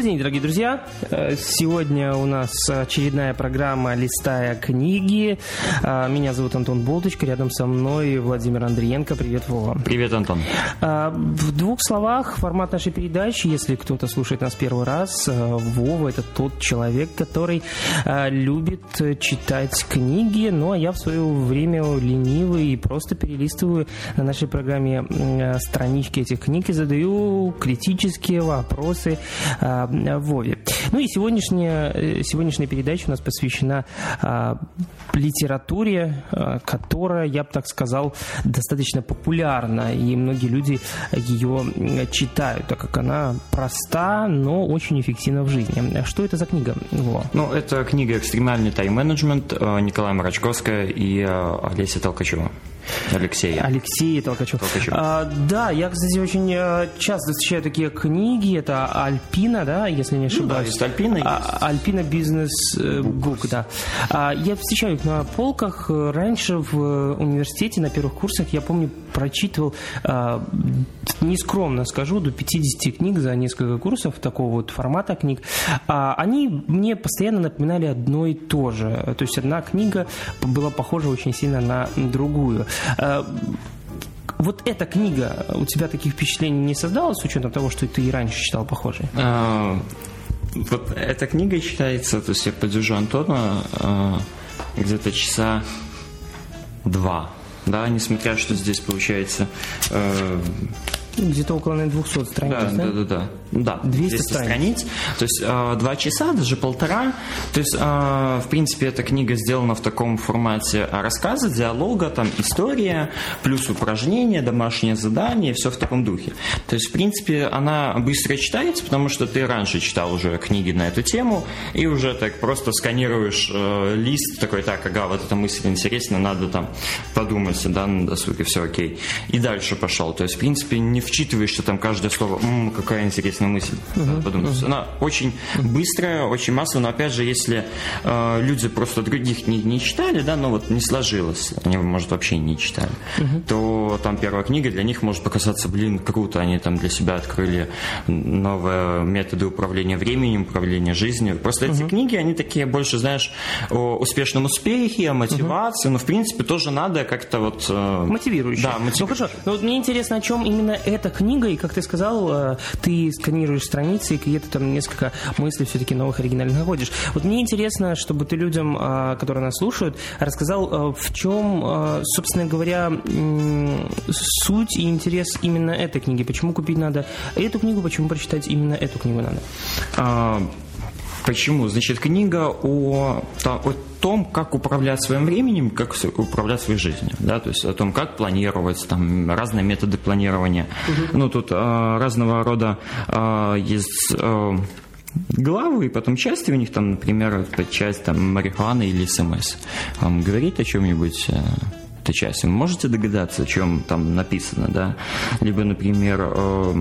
Добрый день, дорогие друзья. Сегодня у нас очередная программа «Листая книги». Меня зовут Антон Болточка, рядом со мной Владимир Андриенко. Привет, Вова. Привет, Антон. В двух словах формат нашей передачи, если кто-то слушает нас первый раз, Вова – это тот человек, который любит читать книги, ну а я в свое время ленивый и просто перелистываю на нашей программе странички этих книг и задаю критические вопросы Вове. Ну и сегодняшняя передача у нас посвящена литературе, которая, я бы так сказал, достаточно популярна, и многие люди ее читают, так как она проста, но очень эффективна в жизни. Что это за книга? Во. Ну, это книга «Экстремальный тайм-менеджмент» Николая Марачковская и Олеся Толкачева. Алексей Толкачев. Да, я, кстати, очень часто встречаю такие книги. Это Альпина, да, если не ошибаюсь. Да, есть Альпина. Альпина Бизнес Бук, да. Я встречаю их на полках. Раньше в университете на первых курсах, я помню, прочитывал, нескромно скажу, до 50 книг за несколько курсов такого вот формата книг. Они мне постоянно напоминали одно и то же. То есть одна книга была похожа очень сильно на другую. Вот эта книга у тебя таких впечатлений не создала, с учетом того, что ты и раньше читал похожие? Вот эта книга считается, то есть я поддержу Антона, где-то часа 2, да, несмотря, что здесь получается... Где-то около 200 страниц, да? 200 страниц. То есть 2 часа, даже 1,5. То есть, в принципе, эта книга сделана в таком формате рассказа, диалога, там история, плюс упражнения, домашнее задание, все в таком духе. То есть, в принципе, она быстро читается, потому что ты раньше читал уже книги на эту тему, и уже так просто сканируешь лист, такой, так, ага, вот эта мысль интересна, надо там подумать, да, на досуге, все окей. И дальше пошел. То есть, в принципе, не вчитываешься там каждое слово, какая интересная мысль. Подумать. Она очень быстрая, очень массовая, но опять же, если люди просто других не читали, да, но вот не сложилось, они, может, вообще не читали, то там первая книга для них может показаться, какую-то они там для себя открыли новые методы управления временем, управления жизнью. Просто эти книги, они такие больше, знаешь, о успешном успехе, о мотивации, но в принципе тоже надо как-то вот... Мотивирующие. Да, мотивирующие. Ну хорошо, но вот мне интересно, о чем именно эта книга, и как ты сказал, ты сканируешь страницы, и где-то там несколько мыслей все-таки новых оригинальных находишь. Вот мне интересно, чтобы ты людям, которые нас слушают, рассказал, в чем, собственно говоря, суть и интерес именно этой книги. Почему купить надо эту книгу, почему прочитать именно эту книгу надо? Почему? Значит, книга о том, как управлять своим временем, как управлять своей жизнью, да, то есть о том, как планировать, там разные методы планирования. Ну, тут разного рода есть главы, и потом части у них там, например, часть там марихуана или СМС. Вам говорит о чем-нибудь эта часть? Вы можете догадаться, о чем там написано, да? Либо, например,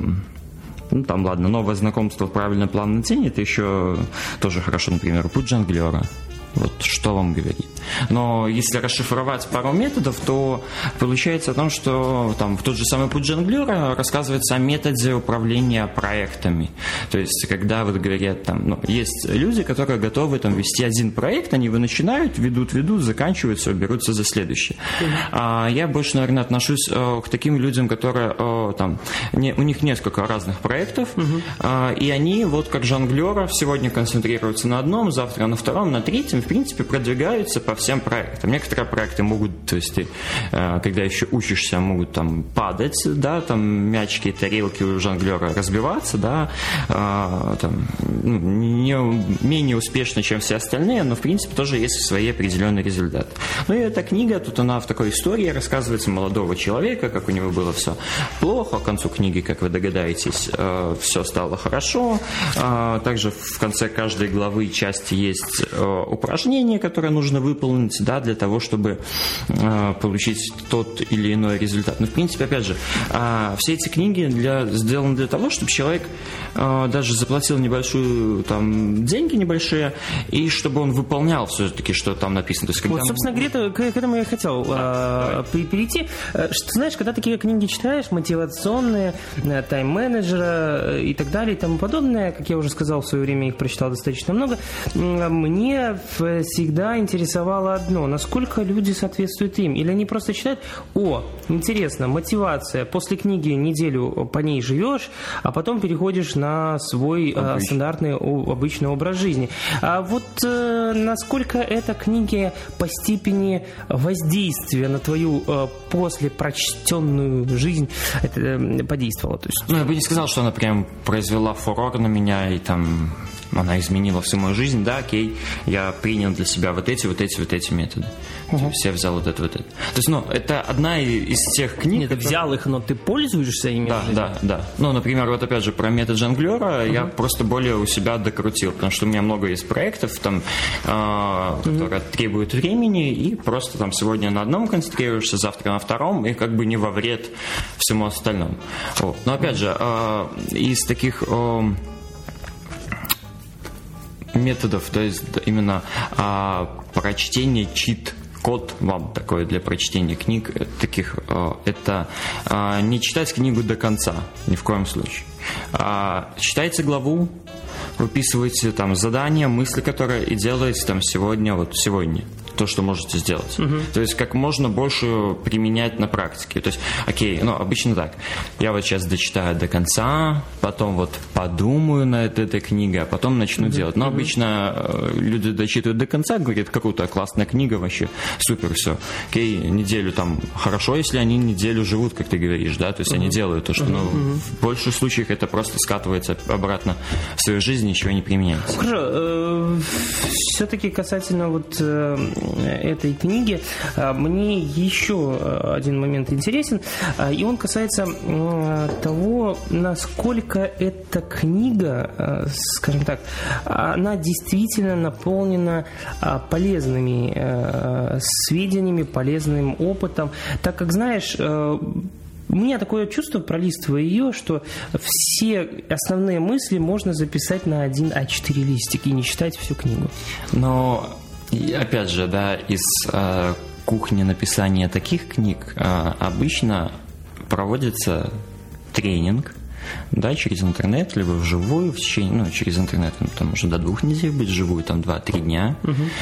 там, ладно, новое знакомство в правильном плане день, это еще тоже хорошо, например, путь жонглера. Вот что вам говорит. Но если расшифровать пару методов, то получается о том, что там в тот же самый путь жонглера рассказывается о методе управления проектами. То есть, когда вот говорят, там, есть люди, которые готовы там вести один проект, они его начинают, ведут, заканчивают, все, берутся за следующий. А я больше, наверное, отношусь к таким людям, которые там, у них несколько разных проектов, и они вот как жонглеры сегодня концентрируются на одном, завтра на втором, на третьем, в принципе, продвигаются по всем проектам. Некоторые проекты могут, то есть ты, когда еще учишься, могут там падать, да, там мячики, тарелки у жонглера разбиваться, да, там, не менее успешно, чем все остальные, но, в принципе, тоже есть свои определенные результаты. Ну и эта книга, тут она в такой истории рассказывается молодого человека, как у него было все плохо, к концу книги, как вы догадаетесь, все стало хорошо. Также в конце каждой главы части есть упражнения, которые нужно выполнить, выполнить, да, для того, чтобы получить тот или иной результат. Но, в принципе, опять же, все эти книги сделаны для того, чтобы человек даже заплатил небольшую, там, деньги небольшие, и чтобы он выполнял все-таки, что там написано. То есть, когда собственно, к этому я хотел перейти. Что, знаешь, когда такие книги читаешь, мотивационные, тайм-менеджера и так далее и тому подобное, как я уже сказал, в свое время их прочитал достаточно много, мне всегда интересовало одно: насколько люди соответствуют им. Или они просто читают: о, интересно, мотивация, после книги неделю по ней живешь, а потом переходишь на свой стандартный обычный образ жизни. А вот насколько это книги по степени воздействия на твою после прочтенную жизнь это подействовало? То есть... я бы не сказал, что она прям произвела фурор на меня и там она изменила всю мою жизнь. Да, окей, я принял для себя вот эти методы. То есть я взял вот это. То есть, это одна из тех книг... Ты взял их, но ты пользуешься ими? Да. Например, вот опять же про метод жонглера я просто более у себя докрутил, потому что у меня много есть проектов, там, которые требуют времени, и просто там сегодня на одном концентрируешься, завтра на втором, и как бы не во вред всему остальному. Вот. Но опять же, из таких... методов, то есть именно прочтение чит-код вам такое для прочтения книг таких, это не читать книгу до конца, ни в коем случае. Читайте главу, выписывайте там задания, мысли, которые и делаете там сегодня, то, что можете сделать. То есть как можно больше применять на практике. То есть, окей, обычно так. Я вот сейчас дочитаю до конца, потом вот подумаю над этой книгой, а потом начну делать. Но обычно люди дочитывают до конца, говорят: какая-то классная книга, вообще супер, все. Окей, неделю там хорошо, если они неделю живут, как ты говоришь, да, то есть они делают то, что, в больших случаях это просто скатывается обратно в свою жизнь, ничего не применяется. Хорошо. Все-таки касательно вот этой книги, мне еще один момент интересен, и он касается того, насколько эта книга, скажем так, она действительно наполнена полезными сведениями, полезным опытом, так как, знаешь, у меня такое чувство, пролистывая ее, что все основные мысли можно записать на один А4 листик и не читать всю книгу. Но, опять же, да, из кухни написания таких книг обычно проводится тренинг, да, через интернет, либо вживую, в течение, через интернет, там может до 2 недель быть, вживую, там 2-3 дня.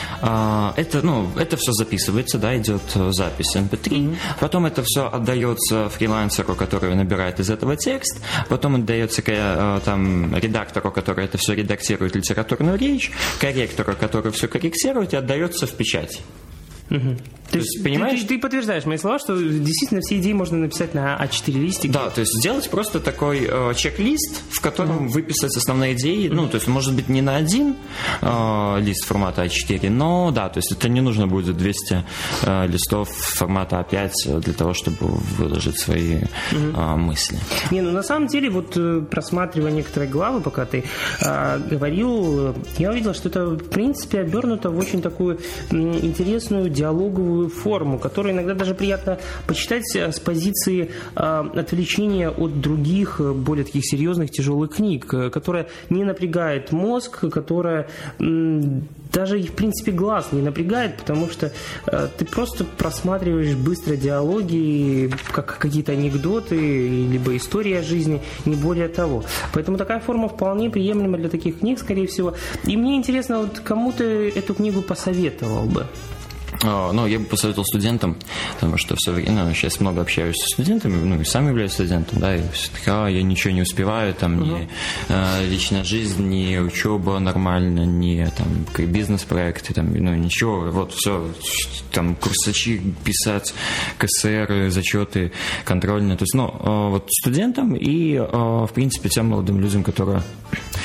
Это все записывается, да, идет запись MP3, потом это все отдается фрилансеру, который набирает из этого текст, потом отдается там редактору, который это все редактирует, литературную речь, корректору, который все корректирует, и отдается в печать. То есть, понимаешь? Ты подтверждаешь мои слова, что действительно все идеи можно написать на А4 листик. Да, то есть сделать просто такой чек-лист, в котором выписать основные идеи. То есть, может быть, не на один лист формата А4, но да, то есть это не нужно будет 200 листов формата А5 для того, чтобы выложить свои мысли. На самом деле, вот просматривая некоторые главы, пока ты говорил, я увидел, что это, в принципе, обернуто в очень такую интересную диалоговую форму, которую иногда даже приятно почитать с позиции отвлечения от других, более таких серьезных, тяжелых книг, которая не напрягает мозг, которая даже, в принципе, глаз не напрягает, потому что ты просто просматриваешь быстро диалоги, как какие-то анекдоты, либо истории о жизни, не более того. Поэтому такая форма вполне приемлема для таких книг, скорее всего. И мне интересно, вот кому ты эту книгу посоветовал бы? Я бы посоветовал студентам, потому что все время, сейчас много общаюсь с студентами, и сам являюсь студентом, да, и все таки, я ничего не успеваю, там, ни личная жизнь, ни учеба нормально, ни там бизнес-проекты, там, ничего, вот все, там, курсачи писать, КСР, зачеты, контрольные, то есть, вот студентам и, в принципе, тем молодым людям, которые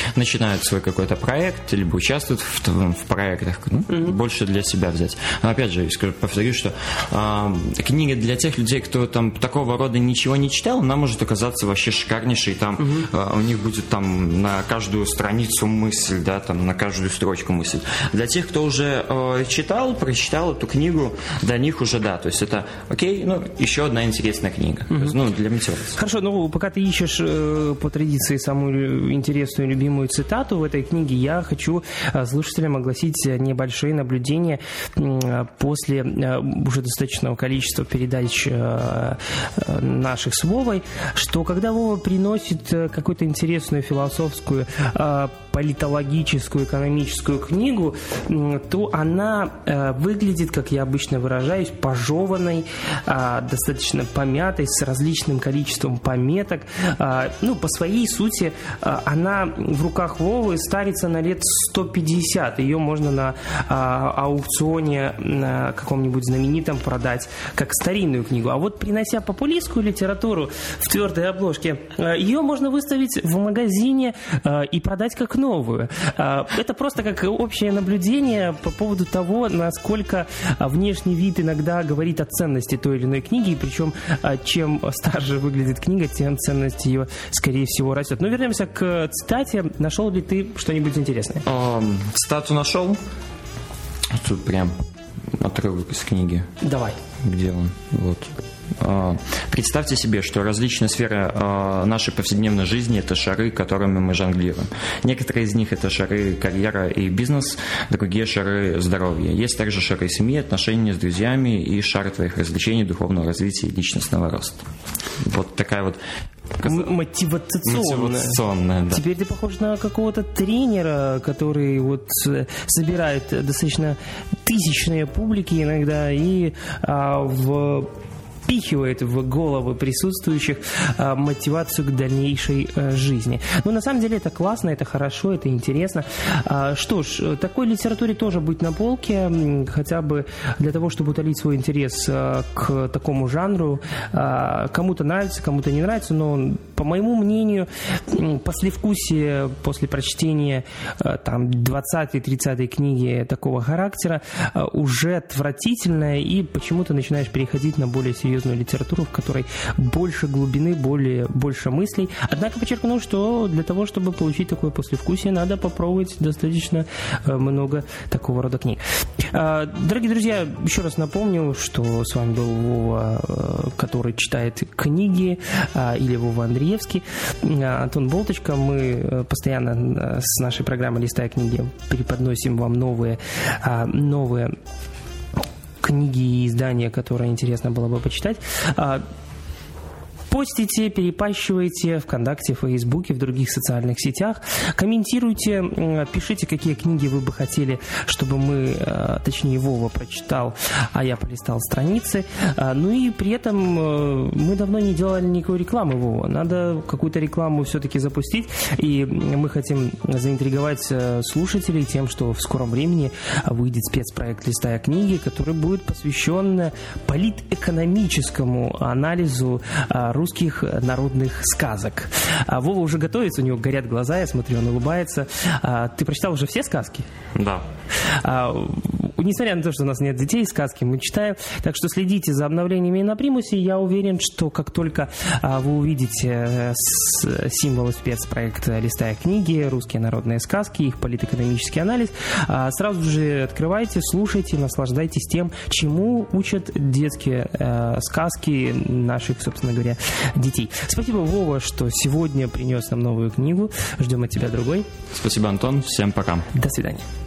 начинают свой какой-то проект, либо участвуют в проектах, больше для себя взять. Но опять же, повторюсь, что книга для тех людей, кто там такого рода ничего не читал, она может оказаться вообще шикарнейшей. Там у них будет там на каждую страницу мысль, да, там на каждую строчку мысль. Для тех, кто уже прочитал эту книгу, для них уже да. То есть это окей, еще одна интересная книга. То есть, для мотивации. Хорошо, пока ты ищешь по традиции самую интересную, любимую цитату в этой книге, я хочу слушателям огласить небольшие наблюдения после уже достаточного количества передач наших с Вовой, что когда Вова приносит какую-то интересную философскую, политологическую, экономическую книгу, то она выглядит, как я обычно выражаюсь, пожеванной, достаточно помятой, с различным количеством пометок. По своей сути, она в руках Вовы старится на лет 150. Ее можно на аукционе на каком-нибудь знаменитом продать как старинную книгу. А вот принося популистскую литературу в твердой обложке, ее можно выставить в магазине и продать как новую. Это просто как общее наблюдение по поводу того, насколько внешний вид иногда говорит о ценности той или иной книги, и причем чем старше выглядит книга, тем ценность ее, скорее всего, растет. Но вернемся к цитате. Нашел ли ты что-нибудь интересное? Цитату нашел. Тут прям отрывок из книги. Давай. Где он? Вот. Представьте себе, что различные сферы нашей повседневной жизни – это шары, которыми мы жонглируем. Некоторые из них – это шары карьера и бизнес, другие – шары здоровья. Есть также шары семьи, отношения с друзьями и шар твоих развлечений, духовного развития и личностного роста. Вот такая вот мотивационная, да. Теперь ты похож на какого-то тренера, который собирает достаточно тысячные публики иногда и впихивает в головы присутствующих мотивацию к дальнейшей жизни. На самом деле это классно, это хорошо, это интересно. Что ж, такой литературе тоже быть на полке, хотя бы для того, чтобы утолить свой интерес к такому жанру. Кому-то нравится, кому-то не нравится, но, по моему мнению, послевкусие после прочтения 20-30 книги такого характера уже отвратительное, и почему-то начинаешь переходить на более серьезную литературу, в которой больше глубины, больше мыслей. Однако подчеркну, что для того, чтобы получить такое послевкусие, надо попробовать достаточно много такого рода книг. Дорогие друзья, еще раз напомню, что с вами был Вова, который читает книги, или Вова Андреевский, Антон Болточка. Мы постоянно с нашей программой «Листая книги» преподносим вам новые книги и издания, которые интересно было бы почитать. Постите, перепащивайте ВКонтакте, Фейсбуке, в других социальных сетях. Комментируйте, пишите, какие книги вы бы хотели, чтобы точнее, Вова прочитал, а я полистал страницы. И при этом мы давно не делали никакой рекламы, Вова. Надо какую-то рекламу все-таки запустить. И мы хотим заинтриговать слушателей тем, что в скором времени выйдет спецпроект «Листая книги», который будет посвящен политэкономическому анализу русских народных сказок. Вова уже готовится, у него горят глаза, я смотрю, он улыбается. Ты прочитал уже все сказки? Да. Несмотря на то, что у нас нет детей, сказки мы читаем. Так что следите за обновлениями на примусе. Я уверен, что как только вы увидите символы спецпроекта «Листая книги», русские народные сказки, их политэкономический анализ, сразу же открывайте, слушайте, наслаждайтесь тем, чему учат детские сказки наших, собственно говоря, детей. Спасибо, Вова, что сегодня принес нам новую книгу. Ждем от тебя другой. Спасибо, Антон. Всем пока. До свидания.